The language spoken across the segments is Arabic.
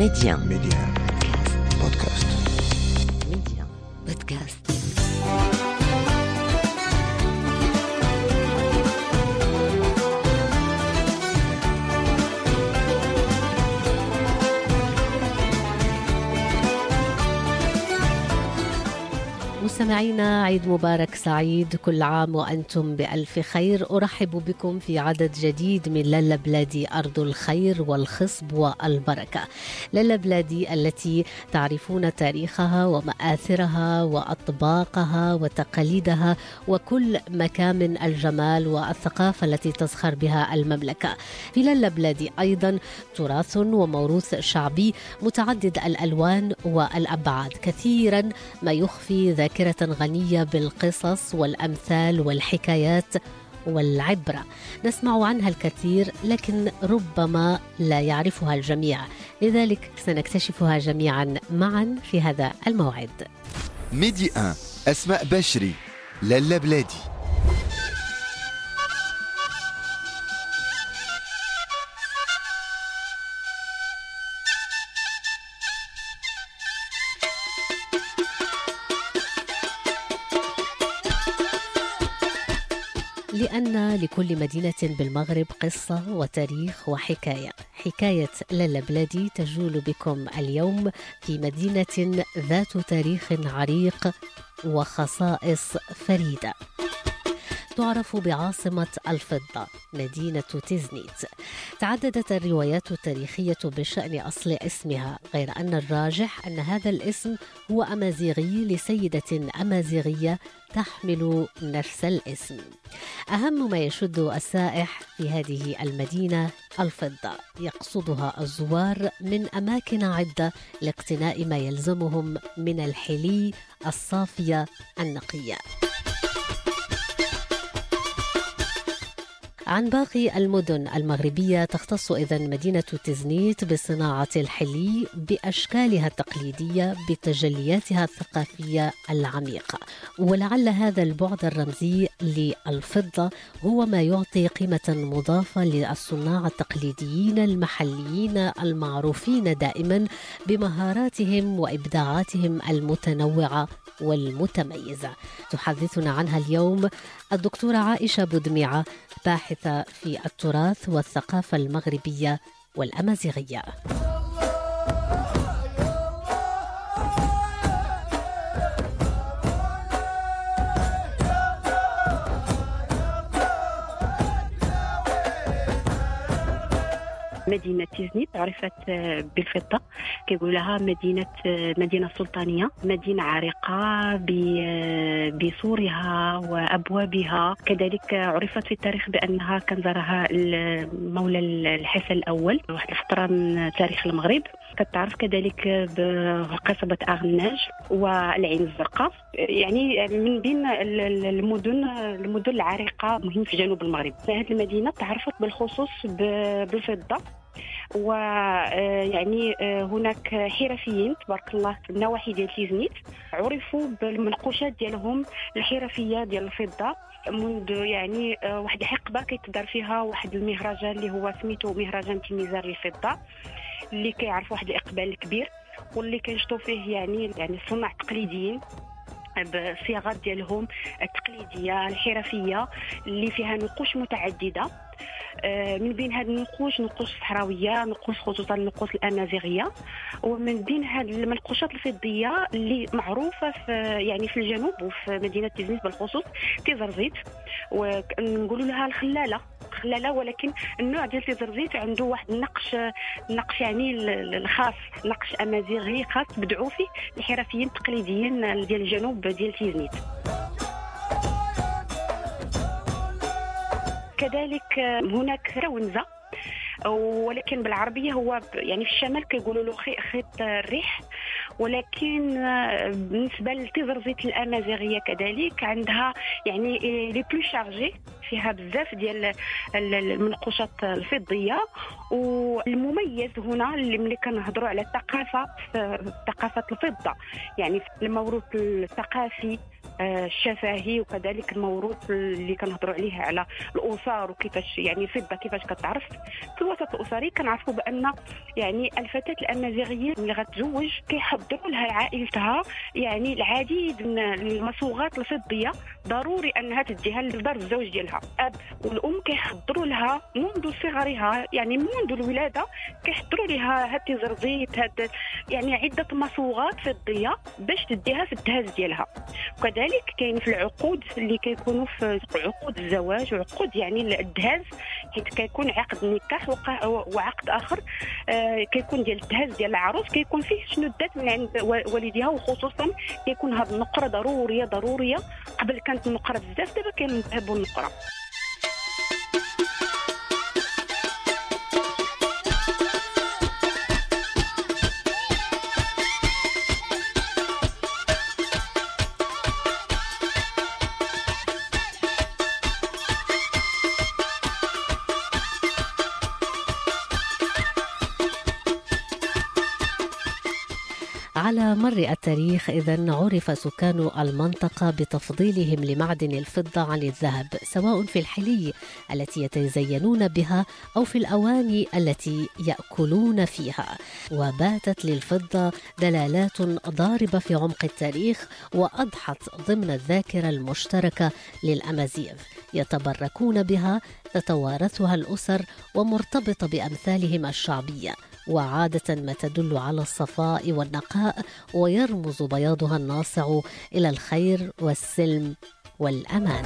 Média بودكاست. Média Podcast. مستمعينا، عيد مبارك سعيد، كل عام وأنتم بألف خير. أرحب بكم في عدد جديد من لالا بلادي، أرض الخير والخصب والبركة. لالا بلادي التي تعرفون تاريخها ومآثرها وأطباقها وتقاليدها وكل مكامن الجمال والثقافة التي تزخر بها المملكة. في لالا بلادي أيضا تراث وموروث شعبي متعدد الألوان والأبعاد، كثيرا ما يخفي ذاكرة غنية بالقصص والأمثال والحكايات والعبرة. نسمع عنها الكثير لكن ربما لا يعرفها الجميع، لذلك سنكتشفها جميعا معا في هذا الموعد. ميدي 1 أسماء بشري، لالا بلادي. لأن لكل مدينة بالمغرب قصة وتاريخ وحكاية. حكاية لالا بلادي تجول بكم اليوم في مدينة ذات تاريخ عريق وخصائص فريدة. تعرف بعاصمة الفضة، مدينة تيزنيت. تعددت الروايات التاريخية بشأن أصل اسمها، غير أن الراجح أن هذا الاسم هو أمازيغي لسيدة أمازيغية تحمل نفس الاسم. أهم ما يشد السائح في هذه المدينة الفضة، يقصدها الزوار من أماكن عدة لاقتناء ما يلزمهم من الحلي الصافية النقية. عن باقي المدن المغربية، تختص إذن مدينة تيزنيت بصناعة الحلي بأشكالها التقليدية بتجلياتها الثقافية العميقة، ولعل هذا البعد الرمزي للفضة هو ما يعطي قيمة مضافة للصناع التقليديين المحليين المعروفين دائما بمهاراتهم وإبداعاتهم المتنوعة والمتميزة. تحدثنا عنها اليوم الدكتورة عائشة بودميعة، باحثة في التراث والثقافة المغربية والأمازيغية. مدينة تيزنيت عرفت بالفضة، كيقول لها مدينة سلطانية، مدينة عريقة بسورها وأبوابها. كذلك عرفت في التاريخ بأنها كان زارها المولى الحسن الأول واحد الفترة من تاريخ المغرب. كتعرف كذلك بقصبة أغناج والعين الزرقاء، يعني من بين المدن العريقة مهم في جنوب المغرب. هذه المدينة تعرفت بالخصوص بالفضة، ويعني هناك حرفيين تبارك الله في النواحي ديال تيزنيت عرفوا بالمنقوشات ديالهم الحرفية ديال الفضة منذ يعني واحد الحقبة كيتدار فيها واحد المهرجان اللي هو سميتو مهرجان تلميذار للفضة، اللي كيعرف واحد الإقبال كبير واللي كنشطوا فيه يعني الصناع التقليديين بالصياغات ديالهم التقليدية الحرفية اللي فيها نقوش متعددة. من بين هذه النقوش صحراوية، نقوش خصوصا النقوش الأمازيغية، ومن بين هذه المنقوشات الفضية اللي معروفة في الجنوب وفي مدينة تيزنيت بالخصوص تيزرزيت، ونقولوا لها الخلالة، ولكن النوع ديال تيزرزيت عنده واحد النقش يعني الخاص، نقش أمازيغي خاص بدعوا فيه الحرفيين التقليديين ديال الجنوب ديال تيزنيت. كذلك هناك رونزة، ولكن بالعربية هو يعني في الشمال كيقولوا له خيط الريح، ولكن بالنسبة لتيزرزيت الأمازيغية كذلك عندها يعني لي بلو شارجي، فيها بزاف ديال المنقوشات الفضية. والمميز هنا اللي ملي كنهضروا على ثقافة الفضة، يعني الموروث الثقافي الشفاهي وكذلك الموروث اللي كنهضروا عليه على الاسر وكيفاش يعني الفضه كيفاش كتعرف في الوسط الاسري. كنعرفوا بان يعني الفتاه الامازيغيه اللي غتزوج كيحضروا لها عائلتها يعني العديد من المصوغات الفضيه ضروري انها تديها لدار الزوج ديالها. الاب والام كيحضروا لها منذ صغرها يعني منذ الولاده كيحضروا لها هاد التزرزيت هاد يعني عده مصوغات فضيه باش تديها في الدهاز ديالها. وكذلك كاين في العقود اللي كيكونوا في عقود الزواج وعقود يعني الدهاز، حيت كيكون عقد نكاح وعقد اخر كيكون ديال الدهاز ديال العروس كيكون فيه شنودات من عند والديها، وخصوصا كيكون هاد النقره ضروريه. قبل كانت النقره بزاف، دابا كاين الذهب والنقره. على مر التاريخ إذن عرف سكان المنطقة بتفضيلهم لمعدن الفضة عن الذهب، سواء في الحلي التي يتزينون بها أو في الأواني التي يأكلون فيها. وباتت للفضة دلالات ضاربة في عمق التاريخ وأضحت ضمن الذاكرة المشتركة للأمازيغ، يتبركون بها، تتوارثها الأسر ومرتبطة بأمثالهم الشعبية، وعادة ما تدل على الصفاء والنقاء، ويرمز بياضها الناصع إلى الخير والسلم والأمان.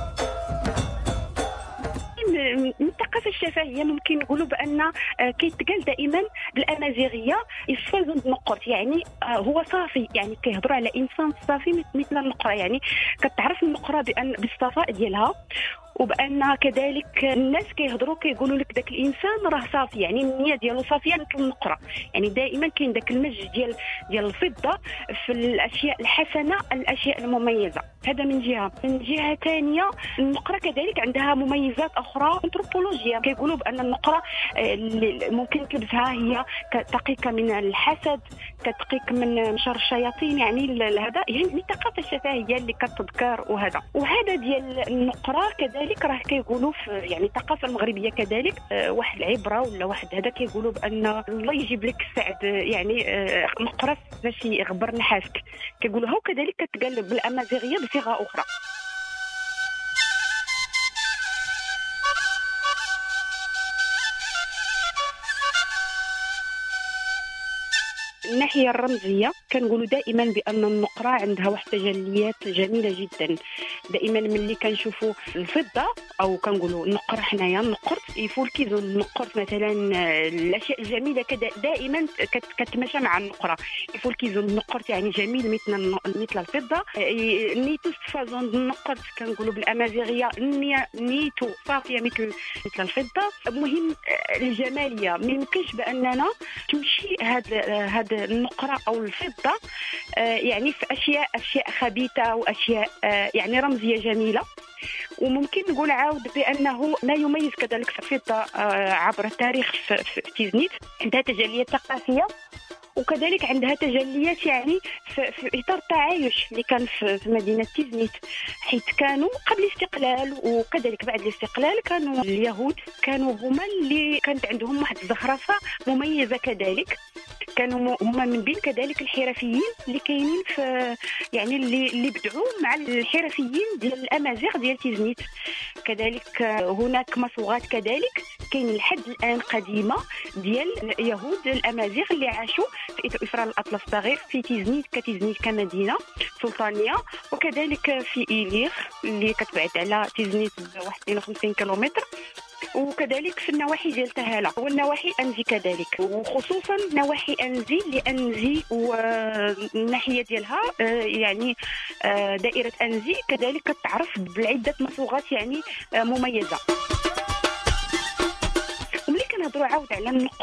من الثقافه الشفهيه ممكن نقولوا بان كيتقال دائما بالامازيغيه يصفى النقرت، يعني هو صافي، يعني كيهضروا على انسان صافي مثل النقره، يعني كتعرف النقره بان بالصفاء ديالها، وبان كذلك الناس كيهضروا كيقولوا لك داك الانسان راه صافي، يعني النيه ديالو صافيه مثل النقره. يعني دائما كاين داك المزج ديال الفضه في الاشياء الحسنه، الاشياء المميزه. هذا من جهه. من جهه ثانيه النقره كذلك عندها مميزات اخرى انثروبولوجيه، كيقولوا بان النقره ممكن تلبسها هي كتقيك من الحسد، كتقيك من شر الشياطين، يعني هذا يعني الثقافه الشفهيه اللي كتذكر وهذا ديال النقره كذلك راه كيقولوا في يعني الثقافه المغربيه كذلك واحد العبره ولا واحد هذا كيقولوا بان الله يجيب لك السعد، يعني نقرة باش يغبر نحاسك، كيقولوها. وكذلك كتقال بالامازيغيه بصيغه اخرى. الناحيه الرمزيه كنقولوا دائما بان النقره عندها واحد تجليات جميله جدا. دائما ملي كنشوفوا الفضه او كنقولوا النقره حنايا النقرت يفول كيزو النقرت مثلا الاشياء الجميله كذا دائما كتماشى مع النقره. يفول كيزو النقرت يعني جميل مثل الفضه. نيتو فازون النقرت كنقولوا بالامازيغيه نيتو صافيه مثل الفضه. المهم الجماليه ما يمكنش باننا تمشي هاد النقره او الفضه يعني في اشياء خبيثه واشياء يعني رمزيه جميله. وممكن نقول عاود بانه ما يميز كذلك الفضه عبر التاريخ في تيزنيت عندها تجليات ثقافيه، وكذلك عندها تجليات يعني في اطار التعايش اللي كان في مدينه تيزنيت، حيث كانوا قبل الاستقلال وكذلك بعد الاستقلال كانوا اليهود كانوا هما اللي كانت عندهم واحد الزخرفه مميزه. كذلك كانوا هما من بين كذلك الحرفيين اللي كاينين في يعني اللي بدعوا مع الحرفيين ديال الامازيغ ديال تيزنيت. كذلك هناك مصوغات كذلك كاين لحد الان قديمه ديال يهود الامازيغ اللي عاشوا في إفران الأطلس الصغير في تيزنيت كمدينة سلطانية، وكذلك في إيليغ اللي كتبعد على تيزنيت بواحد 52 كيلومتر، وكذلك في النواحي ديال تهالة والنواحي أنزي كذلك، وخصوصا نواحي أنزي لأنزي والناحية ديالها يعني دائرة أنزي كذلك كتعرف بعدة مصوغات يعني مميزة. وملي كنهضروا عاود على النقرة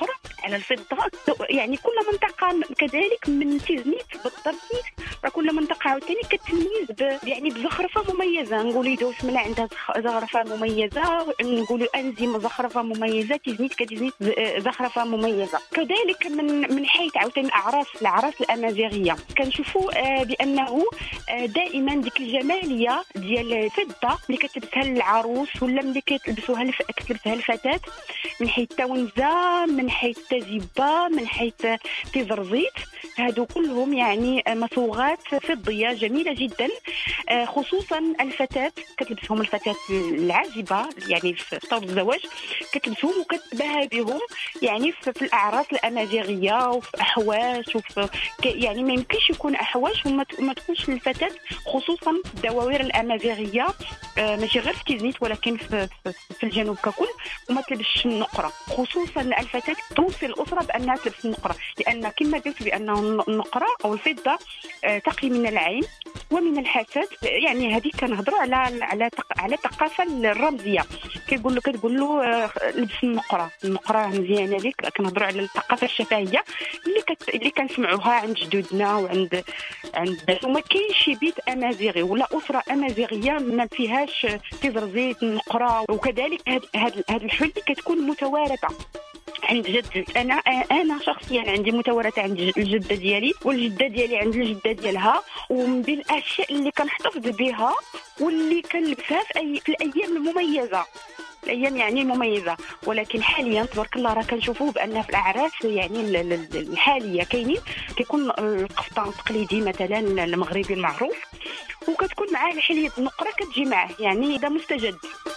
على الفضة. يعني كل منطقة كذلك من تيزنيت بالضبط، كل منطقة عاوتاني كتميز يعني بزخرفة مميزة. نقولوا دوسملة عندها زخرفة مميزة، نقولوا أنزيم زخرفة مميزة، تيزنيت كتيزنيت زخرفة مميزة. كذلك من حيث عاوتاني الأعراس الأمازيغية كنشوفوا بأنه دائما ديك الجمالية ديال الفضة اللي كتلبسها العروس ولا ملي كتلبسها الفتاة، من حيث التونزة، من حيث التزيبة، من حيث تزرزيت، هادو كلهم يعني مصوغات فضية جميلة جدا. خصوصا الفتاة كتلبسهم، الفتاة العازبة يعني في طور الزواج كتلبسهم وكتباهى بهم يعني في الأعراس الأمازيغية وفي أحواش يعني ما يمكنش يكون أحواش وما تكونش الفتاة، خصوصا الدواوير الأمازيغية ماشي غير في تيزنيت ولكن في الجنوب ككل، وما تلبسش النقرة. خصوصا الفتاة توصي الأسرة بأنها تلبس النقرة، لأن كما قلت بأن النقرة أو الفضة تقي من العين ومن الحسد. يعني هذه كنهضروا على الثقافة الرمزية، كتقول له لبس النقرة مزيانة ليك. كنهضروا على الثقافة الشفهية اللي كنسمعوها عند جدودنا وعند وما كاينش بيت أمازيغي ولا أسرة أمازيغية ما فيهاش تزرزيت النقرة. وكذلك هاد الحلي كتكون متوارثة عند جد. انا شخصيا عندي متوارثه عند الجده ديالي، والجده ديالي عند الجده ديالها، ومن بين الاشياء اللي كنحتفظ بها واللي كنلبسها في الايام المميزه، الايام يعني المميزه. ولكن حاليا تبارك الله راه كنشوفوا بان في الاعراس يعني الحاليه كيكون القفطان التقليدي مثلا المغربي المعروف، وكتكون معاه الحليه النقره كتجي معاه، يعني هذا مستجد.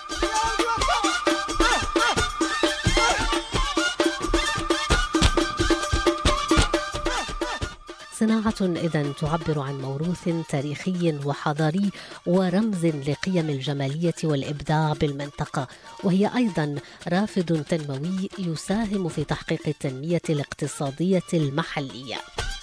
صناعة إذن تعبر عن موروث تاريخي وحضاري ورمز لقيم الجمالية والإبداع بالمنطقة، وهي أيضا رافد تنموي يساهم في تحقيق التنمية الاقتصادية المحلية.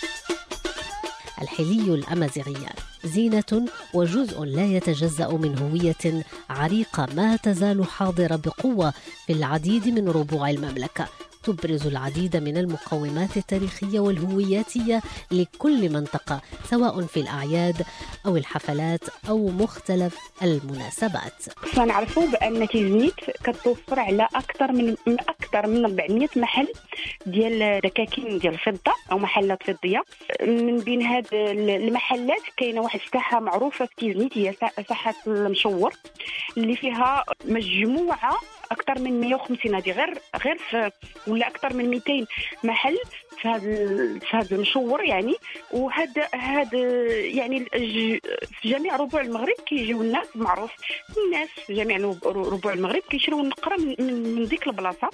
الحلي الأمازيغية زينة وجزء لا يتجزأ من هوية عريقة ما تزال حاضرة بقوة في العديد من ربوع المملكة، تبرز العديد من المقومات التاريخية والهوياتية لكل منطقة، سواء في الأعياد أو الحفلات أو مختلف المناسبات. نعرفوا بأن تيزنيت كتوفر على أكثر من 400 محل ديال دكاكين ديال الفضة أو محلات فضية. من بين هاد المحلات كاينة واحد الساحة معروفة في تيزنيت، هي ساحة المشور، اللي فيها مجموعة أكثر من 150 هذه غير ولا أكثر من 200 محل في هذا المشور يعني. وهذا يعني في جميع ربوع المغرب كيجيو الناس، معروف الناس في جميع ربوع المغرب كيشريو النقرة من ديك البلاصة.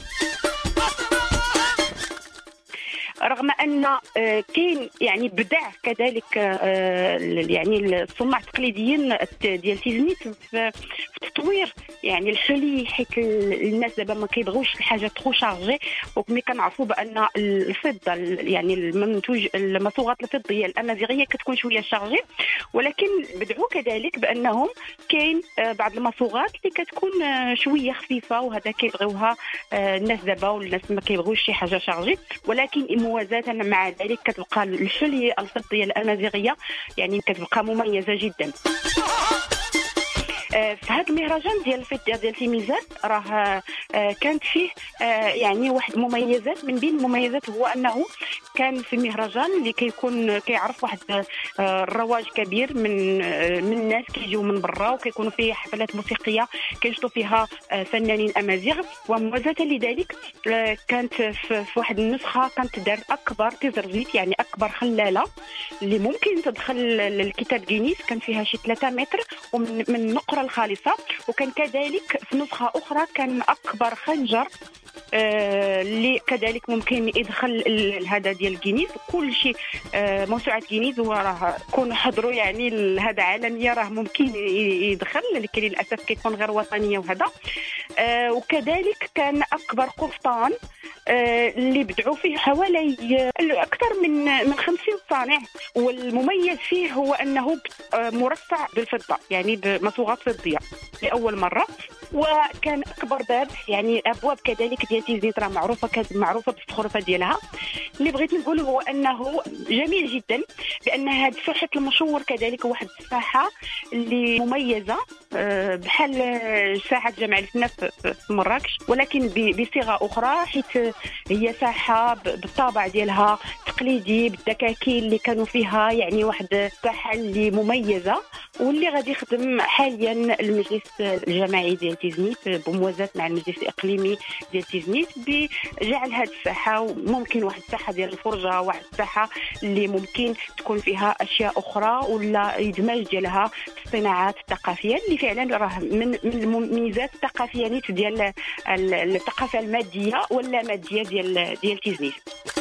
رغم أن كاين يعني بدع كذلك يعني الصناع التقليديين ديال تيزنيت في تطوير يعني الحلي، حيت الناس دابا ما كيبغوش الحاجه ترو شارجي. وكما كنعرفوا بان الفضه يعني المصوغات الفضيه الامازيغيه كتكون شويه شارجي، ولكن بدعوا كذلك بانهم كاين بعض المصوغات اللي كتكون شويه خفيفه، وهذا كيبغيوها الناس دابا، والناس ما كيبغوش شي حاجه شارجي. ولكن موازاة مع ذلك كتبقى الحلية الفضية الأمازيغية يعني كتبقى مميزة جدا. في هذا المهرجان ديال الفضة ديال تيميزان راه كانت فيه يعني واحد المميزات. من بين المميزات هو انه كان في المهرجان اللي كيعرف واحد الرواج كبير من الناس كيجيو من برا، وكيكونوا فيه حفلات موسيقيه كينشطوا فيها فنانين امازيغ. وموازاة لذلك كانت في واحد النسخه كانت دار اكبر تزرزيت، يعني اكبر خلاله اللي ممكن تدخل للكتاب جينيس، كان فيها شي 3 متر ومن النقره الخالصة. وكان كذلك في نسخة أخرى كان أكبر خنجر اللي كذلك ممكن يدخل هذا ديال جينيس. كل شيء موسوعة جينيس وراه كون حضروا يعني هذا عالمية راه ممكن يدخل، لكن للأسف كيكون غير وطنية وهذا. وكذلك كان أكبر قفطان اللي بدعوا فيه حوالي أكثر من 50 صانع، والمميز فيه هو أنه مرصع بالفضة يعني بمصوغات فضية لأول مرة. وكان اكبر باب، يعني الابواب كذلك ديال تيزنيت راه معروفه بالزخرفه ديالها. اللي بغيت نقول هو انه جميل جدا بان هذه ساحه المشور كذلك واحد الساحه اللي مميزه بحال ساحه جامع الفنا في مراكش، ولكن بصيغه اخرى، حيث هي ساحه بالطابع ديالها تقليدي بالدكاكين اللي كانوا فيها، يعني واحد الساحه اللي مميزه، واللي غادي يخدم حاليا المجلس الجماعي ديال تيزنيت بموازاه مع المجلس الاقليمي ديال تيزنيت بجعل هذه الساحه ممكن واحد الساحه ديال الفرجه، واحد الساحه اللي ممكن تكون فيها اشياء اخرى، ولا ادماج ديالها في الصناعات الثقافيه اللي فعلا راه من الميزات الثقافيه نيت ديال الثقافه الماديه ولا ماديه ديال تيزنيت.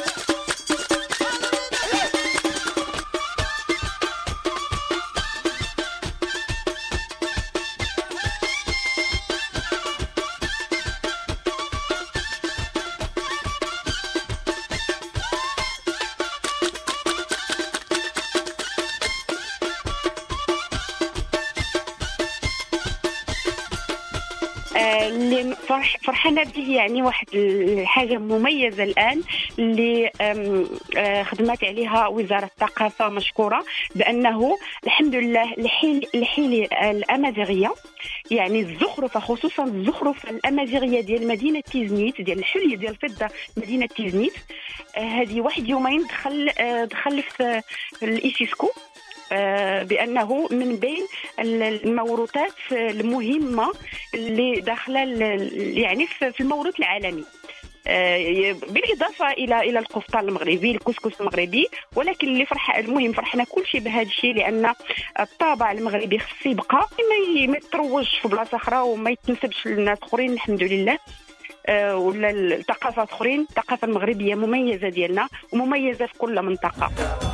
اللي فرحانه به، يعني واحد الحاجه مميزه الان اللي خدمات عليها وزاره الثقافه مشكوره، بانه الحمد لله الحيل الامازيغيه، يعني الزخرفه، خصوصا الزخرفه الامازيغيه ديال مدينه تيزنيت، ديال الحلي ديال الفضه مدينه تيزنيت، هذه واحد يومين دخل في الإيسيسكو بأنه من بين الموروثات المهمة اللي داخلة يعني في الموروث العالمي، بالإضافة إلى القفطان المغربي، الكسكس المغربي. ولكن اللي المهم فرحنا كل شيء بهذا الشيء، لأن الطابع المغربي خص يبقى ما يتروجش في بلاصة أخرى وما يتنسبش للناس أخرين، الحمد لله. ولا الثقافات أخرين، الثقافة المغربية مميزة ديالنا ومميزة في كل منطقة.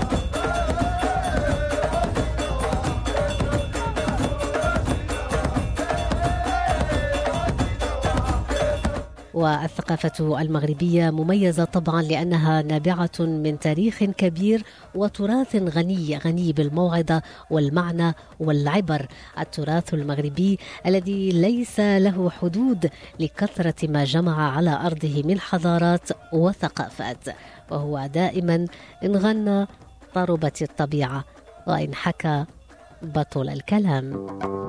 والثقافة المغربية مميزة طبعا لأنها نابعة من تاريخ كبير وتراث غني بالموعظة والمعنى والعبر. التراث المغربي الذي ليس له حدود لكثرة ما جمع على أرضه من حضارات وثقافات، وهو دائما إن غنى طربت الطبيعة وإن حكى بطل الكلام.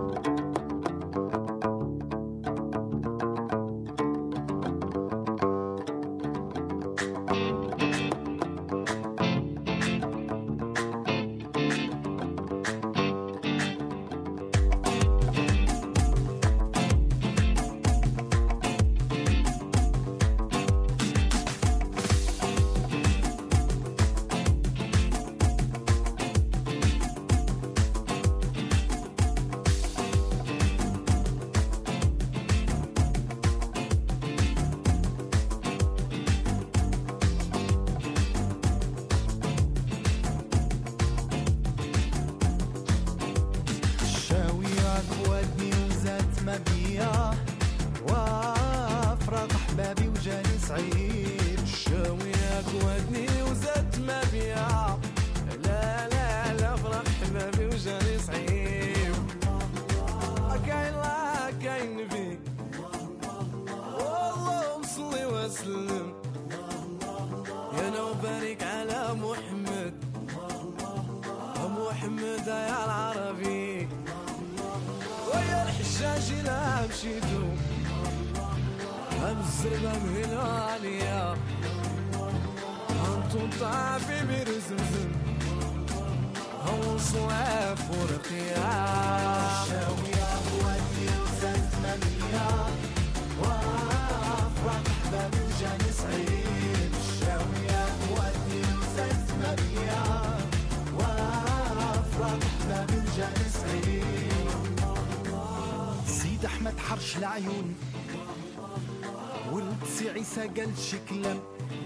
سيد أحمد حرش العيون ولد سي عيسى قال شكلم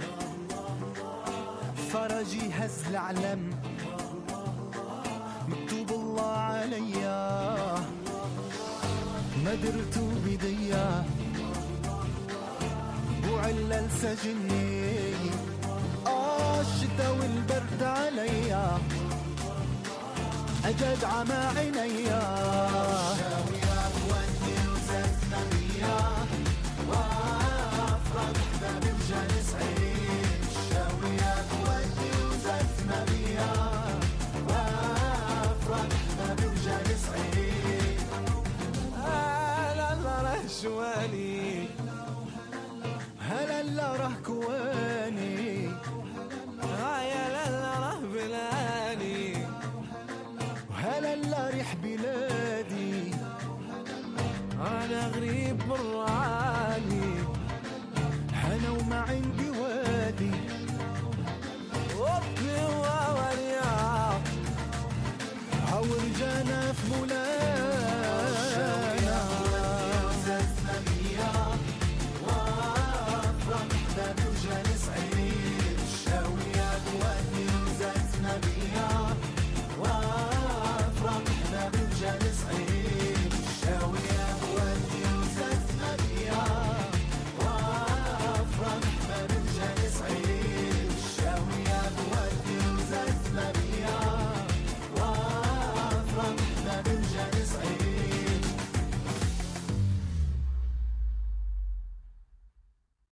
فرجي هز العلم مكتوب الله عليا ما درتو بديا بوعلل سجني الشتا والبرد عليا أجد عمى عينيا